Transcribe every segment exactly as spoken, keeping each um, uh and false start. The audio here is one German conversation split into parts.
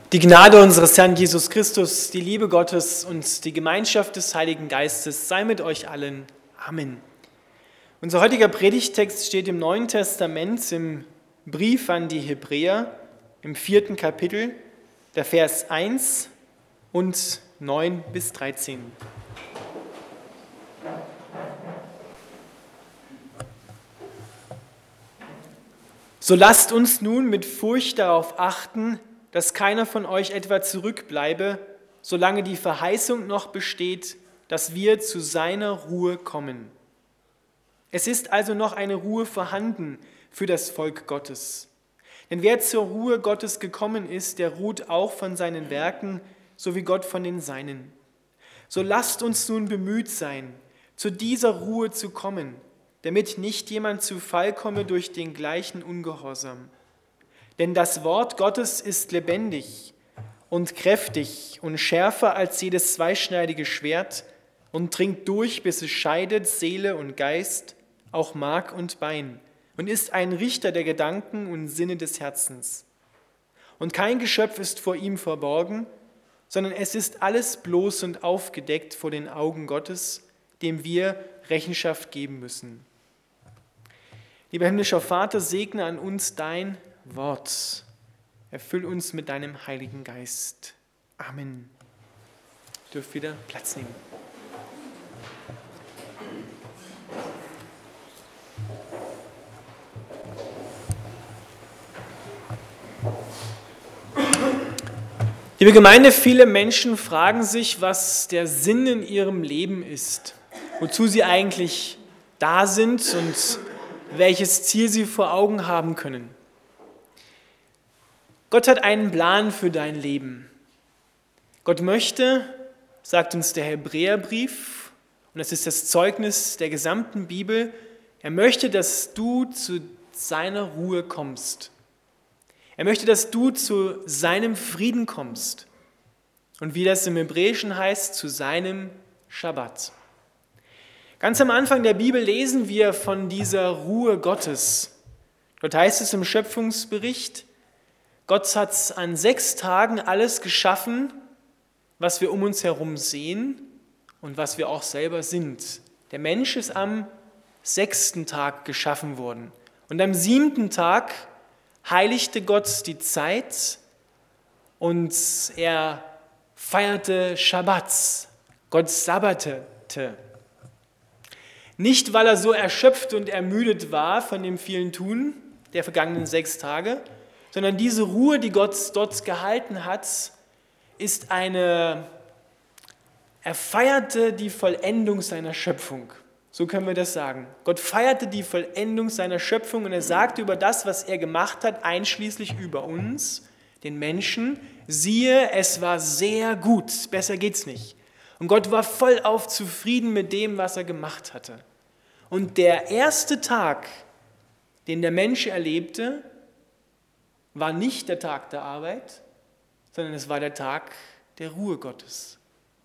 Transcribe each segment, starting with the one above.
Die Gnade unseres Herrn Jesus Christus, die Liebe Gottes und die Gemeinschaft des Heiligen Geistes sei mit euch allen. Amen. Unser heutiger Predigttext steht im Neuen Testament im Brief an die Hebräer im vierten Kapitel, der Vers eins und neun bis dreizehn. So lasst uns nun mit Furcht darauf achten, dass keiner von euch etwa zurückbleibe, solange die Verheißung noch besteht, dass wir zu seiner Ruhe kommen. Es ist also noch eine Ruhe vorhanden für das Volk Gottes. Denn wer zur Ruhe Gottes gekommen ist, der ruht auch von seinen Werken, so wie Gott von den Seinen. So lasst uns nun bemüht sein, zu dieser Ruhe zu kommen, damit nicht jemand zu Fall komme durch den gleichen Ungehorsam. Denn das Wort Gottes ist lebendig und kräftig und schärfer als jedes zweischneidige Schwert und dringt durch, bis es scheidet Seele und Geist, auch Mark und Bein, und ist ein Richter der Gedanken und Sinne des Herzens. Und kein Geschöpf ist vor ihm verborgen, sondern es ist alles bloß und aufgedeckt vor den Augen Gottes, dem wir Rechenschaft geben müssen. Lieber himmlischer Vater, segne an uns dein Wort. Erfüll uns mit deinem Heiligen Geist. Amen. Ihr dürft wieder Platz nehmen. Liebe Gemeinde, viele Menschen fragen sich, was der Sinn in ihrem Leben ist, wozu sie eigentlich da sind und welches Ziel sie vor Augen haben können. Gott hat einen Plan für dein Leben. Gott möchte, sagt uns der Hebräerbrief, und das ist das Zeugnis der gesamten Bibel, er möchte, dass du zu seiner Ruhe kommst. Er möchte, dass du zu seinem Frieden kommst. Und wie das im Hebräischen heißt, zu seinem Schabbat. Ganz am Anfang der Bibel lesen wir von dieser Ruhe Gottes. Dort heißt es im Schöpfungsbericht, Gott hat an sechs Tagen alles geschaffen, was wir um uns herum sehen und was wir auch selber sind. Der Mensch ist am sechsten Tag geschaffen worden. Und am siebten Tag heiligte Gott die Zeit und er feierte Schabbat. Gott sabbatete. Nicht, weil er so erschöpft und ermüdet war von dem vielen Tun der vergangenen sechs Tage, sondern diese Ruhe, die Gott dort gehalten hat, ist eine, er feierte die Vollendung seiner Schöpfung. So können wir das sagen. Gott feierte die Vollendung seiner Schöpfung und er sagte über das, was er gemacht hat, einschließlich über uns, den Menschen, siehe, es war sehr gut, besser geht's nicht. Und Gott war vollauf zufrieden mit dem, was er gemacht hatte. Und der erste Tag, den der Mensch erlebte, war nicht der Tag der Arbeit, sondern es war der Tag der Ruhe Gottes.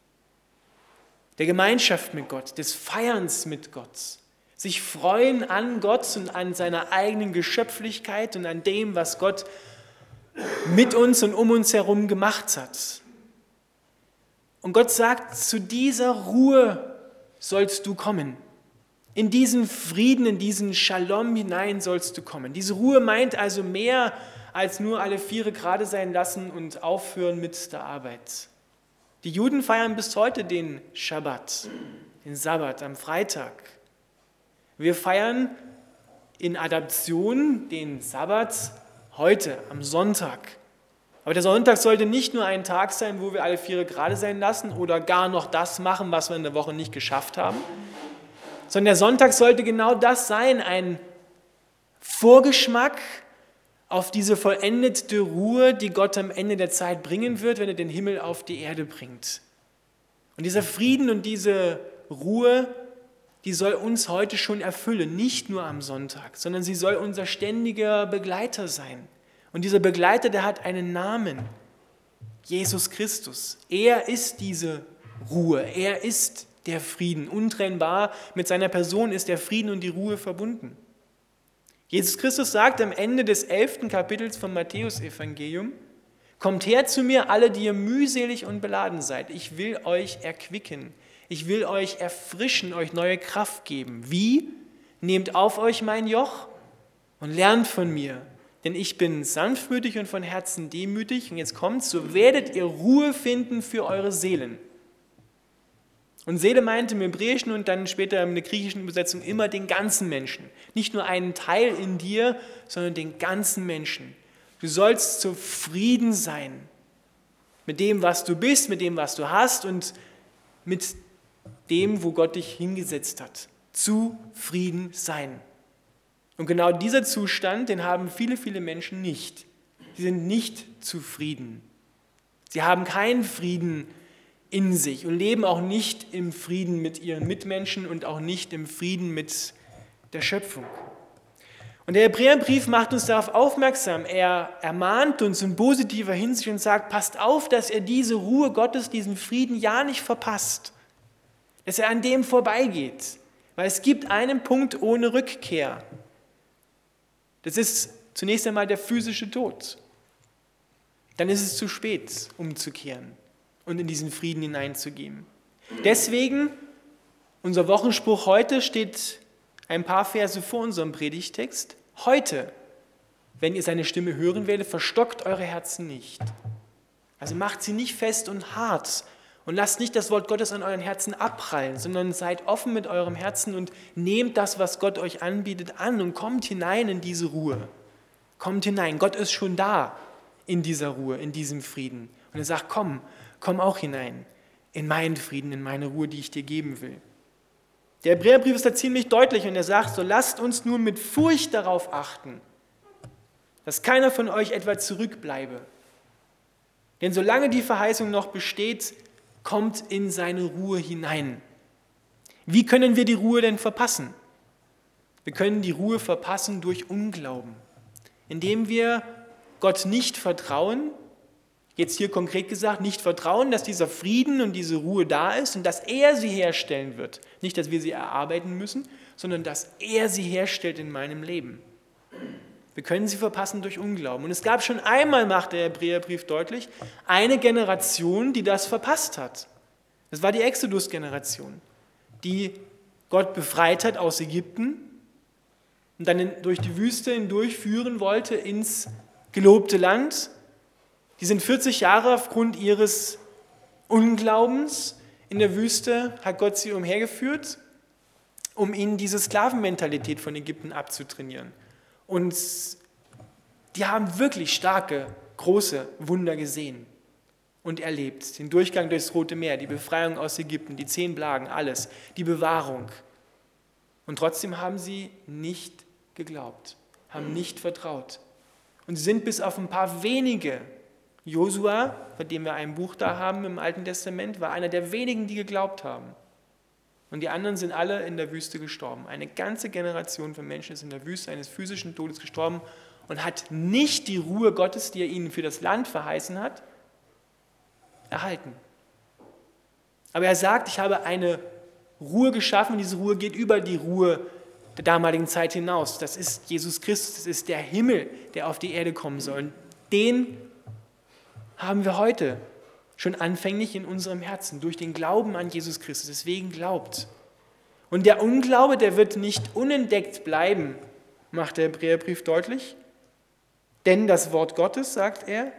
Der Gemeinschaft mit Gott, des Feierns mit Gott. Sich freuen an Gott und an seiner eigenen Geschöpflichkeit und an dem, was Gott mit uns und um uns herum gemacht hat. Und Gott sagt, zu dieser Ruhe sollst du kommen. In diesen Frieden, in diesen Shalom hinein sollst du kommen. Diese Ruhe meint also mehr als nur alle Viere gerade sein lassen und aufhören mit der Arbeit. Die Juden feiern bis heute den Schabbat, den Sabbat am Freitag. Wir feiern in Adaption den Sabbat heute, am Sonntag. Aber der Sonntag sollte nicht nur ein Tag sein, wo wir alle Viere gerade sein lassen oder gar noch das machen, was wir in der Woche nicht geschafft haben, sondern der Sonntag sollte genau das sein, ein Vorgeschmack auf diese vollendete Ruhe, die Gott am Ende der Zeit bringen wird, wenn er den Himmel auf die Erde bringt. Und dieser Frieden und diese Ruhe, die soll uns heute schon erfüllen, nicht nur am Sonntag, sondern sie soll unser ständiger Begleiter sein. Und dieser Begleiter, der hat einen Namen, Jesus Christus. Er ist diese Ruhe, er ist der Frieden. Untrennbar mit seiner Person ist der Frieden und die Ruhe verbunden. Jesus Christus sagt am Ende des elften Kapitels vom Matthäusevangelium, Kommt her zu mir, alle, die ihr mühselig und beladen seid. Ich will euch erquicken. Ich will euch erfrischen, euch neue Kraft geben. Wie? Nehmt auf euch mein Joch und lernt von mir. Denn ich bin sanftmütig und von Herzen demütig. Und jetzt kommt's, so werdet ihr Ruhe finden für eure Seelen. Und Seele meint im Hebräischen und dann später in der griechischen Übersetzung immer den ganzen Menschen. Nicht nur einen Teil in dir, sondern den ganzen Menschen. Du sollst zufrieden sein mit dem, was du bist, mit dem, was du hast und mit dem, wo Gott dich hingesetzt hat. Zufrieden sein. Und genau dieser Zustand, den haben viele, viele Menschen nicht. Sie sind nicht zufrieden. Sie haben keinen Frieden in sich und leben auch nicht im Frieden mit ihren Mitmenschen und auch nicht im Frieden mit der Schöpfung. Und der Hebräerbrief macht uns darauf aufmerksam. Er ermahnt uns in positiver Hinsicht und sagt, passt auf, dass ihr diese Ruhe Gottes, diesen Frieden ja nicht verpasst. Dass er an dem vorbeigeht. Weil es gibt einen Punkt ohne Rückkehr. Das ist zunächst einmal der physische Tod. Dann ist es zu spät, umzukehren und in diesen Frieden hineinzugehen. Deswegen, unser Wochenspruch heute steht ein paar Verse vor unserem Predigtext. Heute, wenn ihr seine Stimme hören werdet, verstockt eure Herzen nicht. Also macht sie nicht fest und hart und lasst nicht das Wort Gottes an euren Herzen abprallen, sondern seid offen mit eurem Herzen und nehmt das, was Gott euch anbietet, an und kommt hinein in diese Ruhe. Kommt hinein, Gott ist schon da in dieser Ruhe, in diesem Frieden. Und er sagt, komm, komm auch hinein in meinen Frieden, in meine Ruhe, die ich dir geben will. Der Hebräerbrief ist da ziemlich deutlich und er sagt so, lasst uns nun mit Furcht darauf achten, dass keiner von euch etwa zurückbleibe. Denn solange die Verheißung noch besteht, kommt in seine Ruhe hinein. Wie können wir die Ruhe denn verpassen? Wir können die Ruhe verpassen durch Unglauben, indem wir Gott nicht vertrauen, jetzt hier konkret gesagt, nicht vertrauen, dass dieser Frieden und diese Ruhe da ist und dass er sie herstellen wird. Nicht, dass wir sie erarbeiten müssen, sondern dass er sie herstellt in meinem Leben. Wir können sie verpassen durch Unglauben. Und es gab schon einmal, macht der Hebräerbrief deutlich, eine Generation, die das verpasst hat. Das war die Exodus-Generation, die Gott befreit hat aus Ägypten und dann in, durch die Wüste hindurch führen wollte ins gelobte Land. Die sind vierzig Jahre aufgrund ihres Unglaubens in der Wüste, hat Gott sie umhergeführt, um ihnen diese Sklavenmentalität von Ägypten abzutrainieren. Und die haben wirklich starke, große Wunder gesehen und erlebt. Den Durchgang durchs Rote Meer, die Befreiung aus Ägypten, die zehn Plagen, alles, die Bewahrung. Und trotzdem haben sie nicht geglaubt, haben nicht vertraut. Und sie sind bis auf ein paar wenige, Josua, von dem wir ein Buch da haben im Alten Testament, war einer der wenigen, die geglaubt haben. Und die anderen sind alle in der Wüste gestorben. Eine ganze Generation von Menschen ist in der Wüste eines physischen Todes gestorben und hat nicht die Ruhe Gottes, die er ihnen für das Land verheißen hat, erhalten. Aber er sagt, ich habe eine Ruhe geschaffen und diese Ruhe geht über die Ruhe der damaligen Zeit hinaus. Das ist Jesus Christus, das ist der Himmel, der auf die Erde kommen soll. Und den haben wir heute schon anfänglich in unserem Herzen, durch den Glauben an Jesus Christus. Deswegen glaubt. Und der Unglaube, der wird nicht unentdeckt bleiben, macht der Hebräerbrief deutlich. Denn das Wort Gottes, sagt er,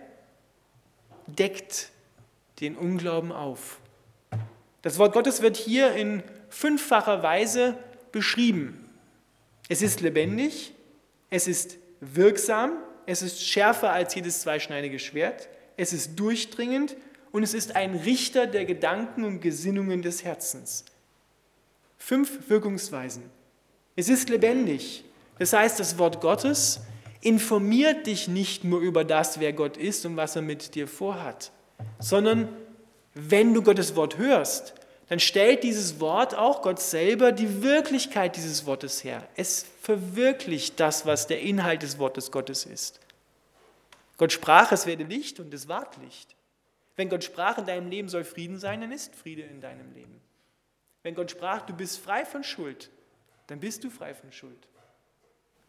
deckt den Unglauben auf. Das Wort Gottes wird hier in fünffacher Weise beschrieben. Es ist lebendig, es ist wirksam, es ist schärfer als jedes zweischneidige Schwert, es ist durchdringend und es ist ein Richter der Gedanken und Gesinnungen des Herzens. Fünf Wirkungsweisen. Es ist lebendig. Das heißt, das Wort Gottes informiert dich nicht nur über das, wer Gott ist und was er mit dir vorhat, sondern wenn du Gottes Wort hörst, dann stellt dieses Wort auch Gott selber die Wirklichkeit dieses Wortes her. Es verwirklicht das, was der Inhalt des Wortes Gottes ist. Gott sprach, es werde Licht und es ward Licht. Wenn Gott sprach, in deinem Leben soll Frieden sein, dann ist Friede in deinem Leben. Wenn Gott sprach, du bist frei von Schuld, dann bist du frei von Schuld.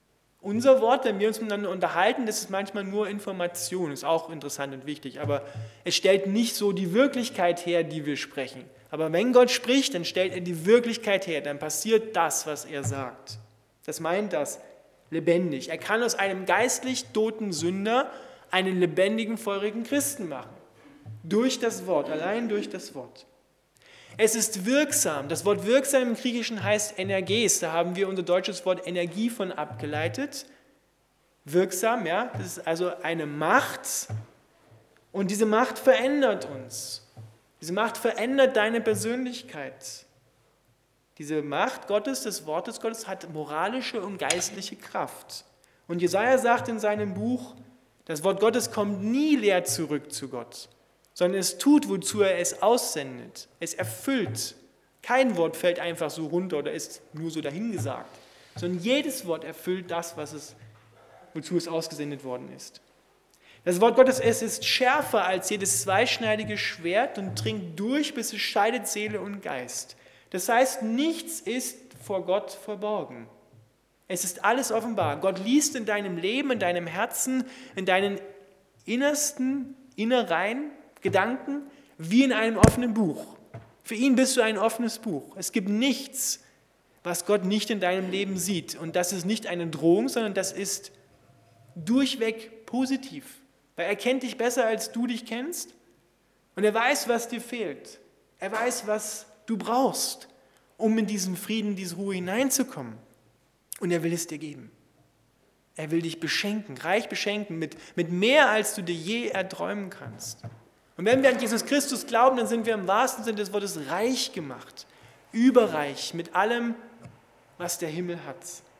unser Wort, wenn wir uns miteinander unterhalten, das ist manchmal nur Information, ist auch interessant und wichtig, aber es stellt nicht so die Wirklichkeit her, die wir sprechen. Aber wenn Gott spricht, dann stellt er die Wirklichkeit her, dann passiert das, was er sagt. Das meint das, lebendig. Er kann aus einem geistlich toten Sünder einen lebendigen, feurigen Christen machen. Durch das Wort, allein durch das Wort. Es ist wirksam. Das Wort wirksam im Griechischen heißt energes. Da haben wir unser deutsches Wort Energie von abgeleitet. Wirksam, ja, das ist also eine Macht. Und diese Macht verändert uns. Diese Macht verändert deine Persönlichkeit. Diese Macht Gottes, des Wortes Gottes, hat moralische und geistliche Kraft. Und Jesaja sagt in seinem Buch, das Wort Gottes kommt nie leer zurück zu Gott, sondern es tut, wozu er es aussendet. Es erfüllt. Kein Wort fällt einfach so runter oder ist nur so dahingesagt, sondern jedes Wort erfüllt das, was es, wozu es ausgesendet worden ist. Das Wort Gottes, es ist schärfer als jedes zweischneidige Schwert und dringt durch, bis es scheidet Seele und Geist. Das heißt, nichts ist vor Gott verborgen. Es ist alles offenbar. Gott liest in deinem Leben, in deinem Herzen, in deinen innersten Innereien Gedanken wie in einem offenen Buch. Für ihn bist du ein offenes Buch. Es gibt nichts, was Gott nicht in deinem Leben sieht. Und das ist nicht eine Drohung, sondern das ist durchweg positiv. Weil er kennt dich besser, als du dich kennst. Und er weiß, was dir fehlt. Er weiß, was du brauchst, um in diesen Frieden, diese Ruhe hineinzukommen. Und er will es dir geben. Er will dich beschenken, reich beschenken, mit, mit mehr, als du dir je erträumen kannst. Und wenn wir an Jesus Christus glauben, dann sind wir im wahrsten Sinne des Wortes reich gemacht, überreich mit allem, was der Himmel hat.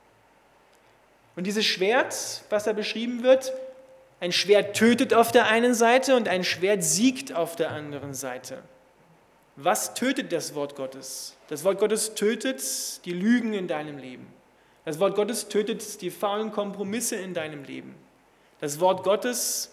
Und dieses Schwert, was da beschrieben wird, ein Schwert tötet auf der einen Seite und ein Schwert siegt auf der anderen Seite. Was tötet das Wort Gottes? Das Wort Gottes tötet die Lügen in deinem Leben. Das Wort Gottes tötet die faulen Kompromisse in deinem Leben. Das Wort Gottes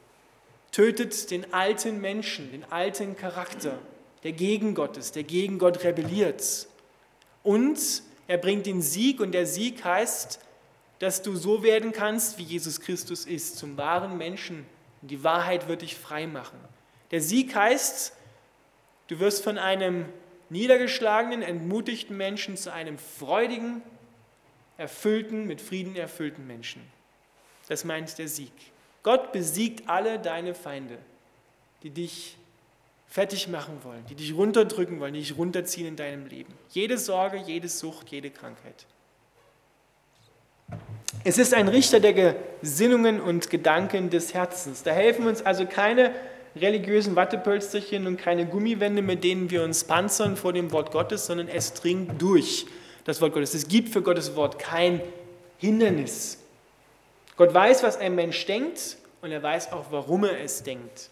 tötet den alten Menschen, den alten Charakter, der gegen Gott ist, der gegen Gott rebelliert. Und er bringt den Sieg, und der Sieg heißt, dass du so werden kannst, wie Jesus Christus ist, zum wahren Menschen. Und die Wahrheit wird dich frei machen. Der Sieg heißt, du wirst von einem niedergeschlagenen, entmutigten Menschen zu einem freudigen, erfüllten, mit Frieden erfüllten Menschen. Das meint der Sieg. Gott besiegt alle deine Feinde, die dich fertig machen wollen, die dich runterdrücken wollen, die dich runterziehen in deinem Leben. Jede Sorge, jede Sucht, jede Krankheit. Es ist ein Richter der Gesinnungen und Gedanken des Herzens. Da helfen uns also keine religiösen Wattepölsterchen und keine Gummiwände, mit denen wir uns panzern vor dem Wort Gottes, sondern es dringt durch das Wort Gottes. Es gibt für Gottes Wort kein Hindernis. Gott weiß, was ein Mensch denkt, und er weiß auch, warum er es denkt.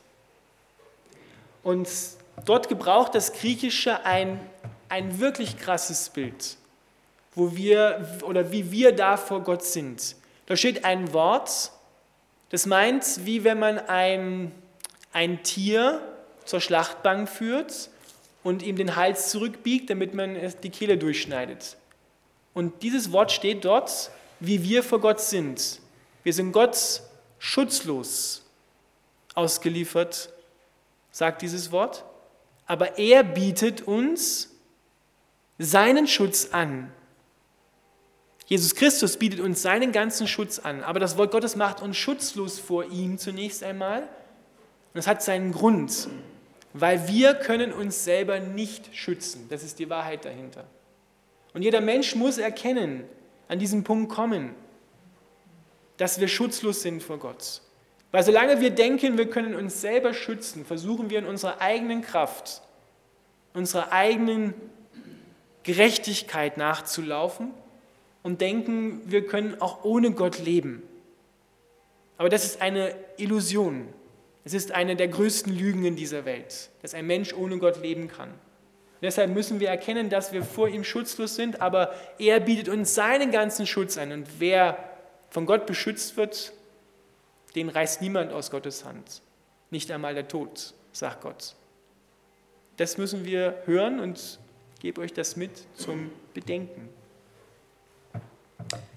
Und dort gebraucht das Griechische ein, ein wirklich krasses Bild, wo wir, oder wie wir da vor Gott sind. Da steht ein Wort, das meint, wie wenn man ein, ein Tier zur Schlachtbank führt und ihm den Hals zurückbiegt, damit man die Kehle durchschneidet. Und dieses Wort steht dort, wie wir vor Gott sind. Wir sind Gott schutzlos ausgeliefert, sagt dieses Wort, aber er bietet uns seinen Schutz an. Jesus Christus bietet uns seinen ganzen Schutz an, aber das Wort Gottes macht uns schutzlos vor ihm zunächst einmal. Und das hat seinen Grund, weil wir können uns selber nicht schützen. Das ist die Wahrheit dahinter. Und jeder Mensch muss erkennen, an diesem Punkt kommen, dass wir schutzlos sind vor Gott. Weil solange wir denken, wir können uns selber schützen, versuchen wir in unserer eigenen Kraft, unserer eigenen Gerechtigkeit nachzulaufen und denken, wir können auch ohne Gott leben. Aber das ist eine Illusion. Es ist eine der größten Lügen in dieser Welt, dass ein Mensch ohne Gott leben kann. Und deshalb müssen wir erkennen, dass wir vor ihm schutzlos sind, aber er bietet uns seinen ganzen Schutz an. Und wer von Gott beschützt wird, den reißt niemand aus Gottes Hand. Nicht einmal der Tod, sagt Gott. Das müssen wir hören und ich gebe euch das mit zum Bedenken.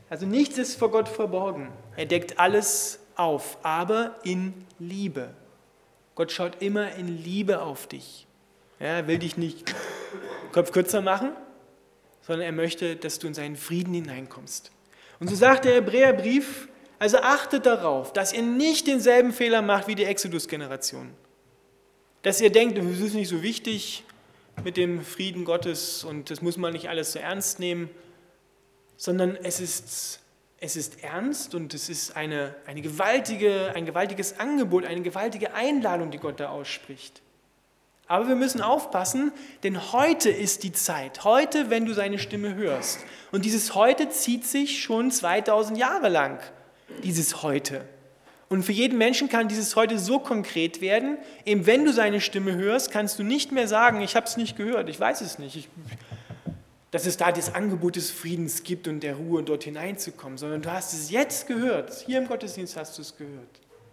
Also nichts ist vor Gott verborgen. Er deckt alles auf, aber in Liebe. Gott schaut immer in Liebe auf dich. Ja, er will dich nicht Kopf kürzer machen, sondern er möchte, dass du in seinen Frieden hineinkommst. Und so sagt der Hebräerbrief, also achtet darauf, dass ihr nicht denselben Fehler macht wie die Exodus-Generation. Dass ihr denkt, es ist nicht so wichtig mit dem Frieden Gottes und das muss man nicht alles so ernst nehmen, sondern es ist, es ist ernst und es ist eine, eine gewaltige, ein gewaltiges Angebot, eine gewaltige Einladung, die Gott da ausspricht. Aber wir müssen aufpassen, denn heute ist die Zeit, heute, wenn du seine Stimme hörst. Und dieses Heute zieht sich schon zweitausend Jahre lang, dieses Heute. Und für jeden Menschen kann dieses Heute so konkret werden, eben wenn du seine Stimme hörst, kannst du nicht mehr sagen, ich habe es nicht gehört, ich weiß es nicht, ich, dass es da das Angebot des Friedens gibt und der Ruhe, dort hineinzukommen, sondern du hast es jetzt gehört, hier im Gottesdienst hast du es gehört.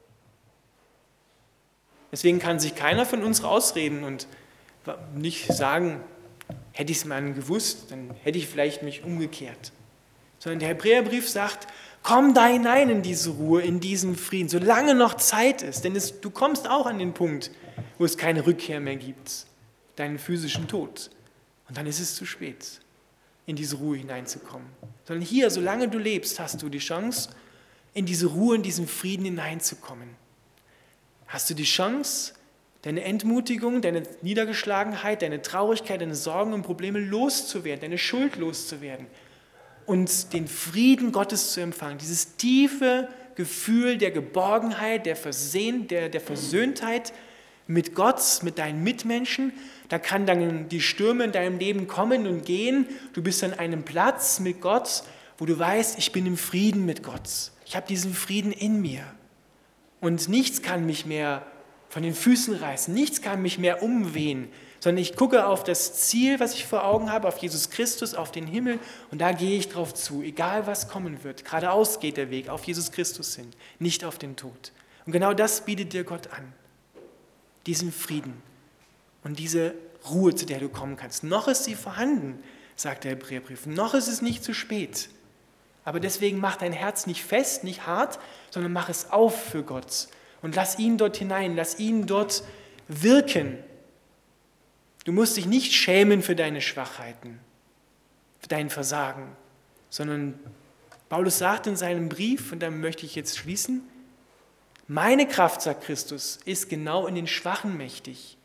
Deswegen kann sich keiner von uns rausreden und nicht sagen, hätte ich es mal gewusst, dann hätte ich vielleicht mich umgekehrt. Sondern der Hebräerbrief sagt, komm da hinein in diese Ruhe, in diesen Frieden, solange noch Zeit ist. Denn es, du kommst auch an den Punkt, wo es keine Rückkehr mehr gibt, deinen physischen Tod. Und dann ist es zu spät, in diese Ruhe hineinzukommen. Sondern hier, solange du lebst, hast du die Chance, in diese Ruhe, in diesen Frieden hineinzukommen. Hast du die Chance, deine Entmutigung, deine Niedergeschlagenheit, deine Traurigkeit, deine Sorgen und Probleme loszuwerden, deine Schuld loszuwerden und den Frieden Gottes zu empfangen, dieses tiefe Gefühl der Geborgenheit, der, Versehen, der, der Versöhntheit mit Gott, mit deinen Mitmenschen. Da kann dann die Stürme in deinem Leben kommen und gehen. Du bist an einem Platz mit Gott, wo du weißt, ich bin im Frieden mit Gott. Ich habe diesen Frieden in mir. Und nichts kann mich mehr von den Füßen reißen, nichts kann mich mehr umwehen, sondern ich gucke auf das Ziel, was ich vor Augen habe, auf Jesus Christus, auf den Himmel und da gehe ich drauf zu, egal was kommen wird. Geradeaus geht der Weg auf Jesus Christus hin, nicht auf den Tod. Und genau das bietet dir Gott an, diesen Frieden und diese Ruhe, zu der du kommen kannst. Noch ist sie vorhanden, sagt der Hebräerbrief, noch ist es nicht zu spät. Aber deswegen mach dein Herz nicht fest, nicht hart, sondern mach es auf für Gott und lass ihn dort hinein, lass ihn dort wirken. Du musst dich nicht schämen für deine Schwachheiten, für dein Versagen, sondern Paulus sagt in seinem Brief, und damit möchte ich jetzt schließen, meine Kraft, sagt Christus, ist genau in den Schwachen mächtig.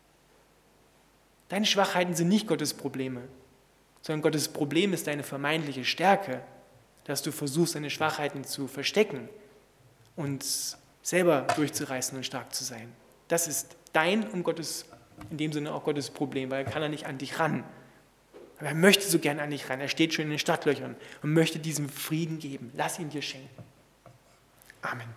Deine Schwachheiten sind nicht Gottes Probleme, sondern Gottes Problem ist deine vermeintliche Stärke, dass du versuchst, deine Schwachheiten zu verstecken und selber durchzureißen und stark zu sein. Das ist dein und Gottes, in dem Sinne auch Gottes Problem, weil er kann er nicht an dich ran. Aber er möchte so gern an dich ran. Er steht schon in den Stadtlöchern und möchte diesem Frieden geben. Lass ihn dir schenken. Amen.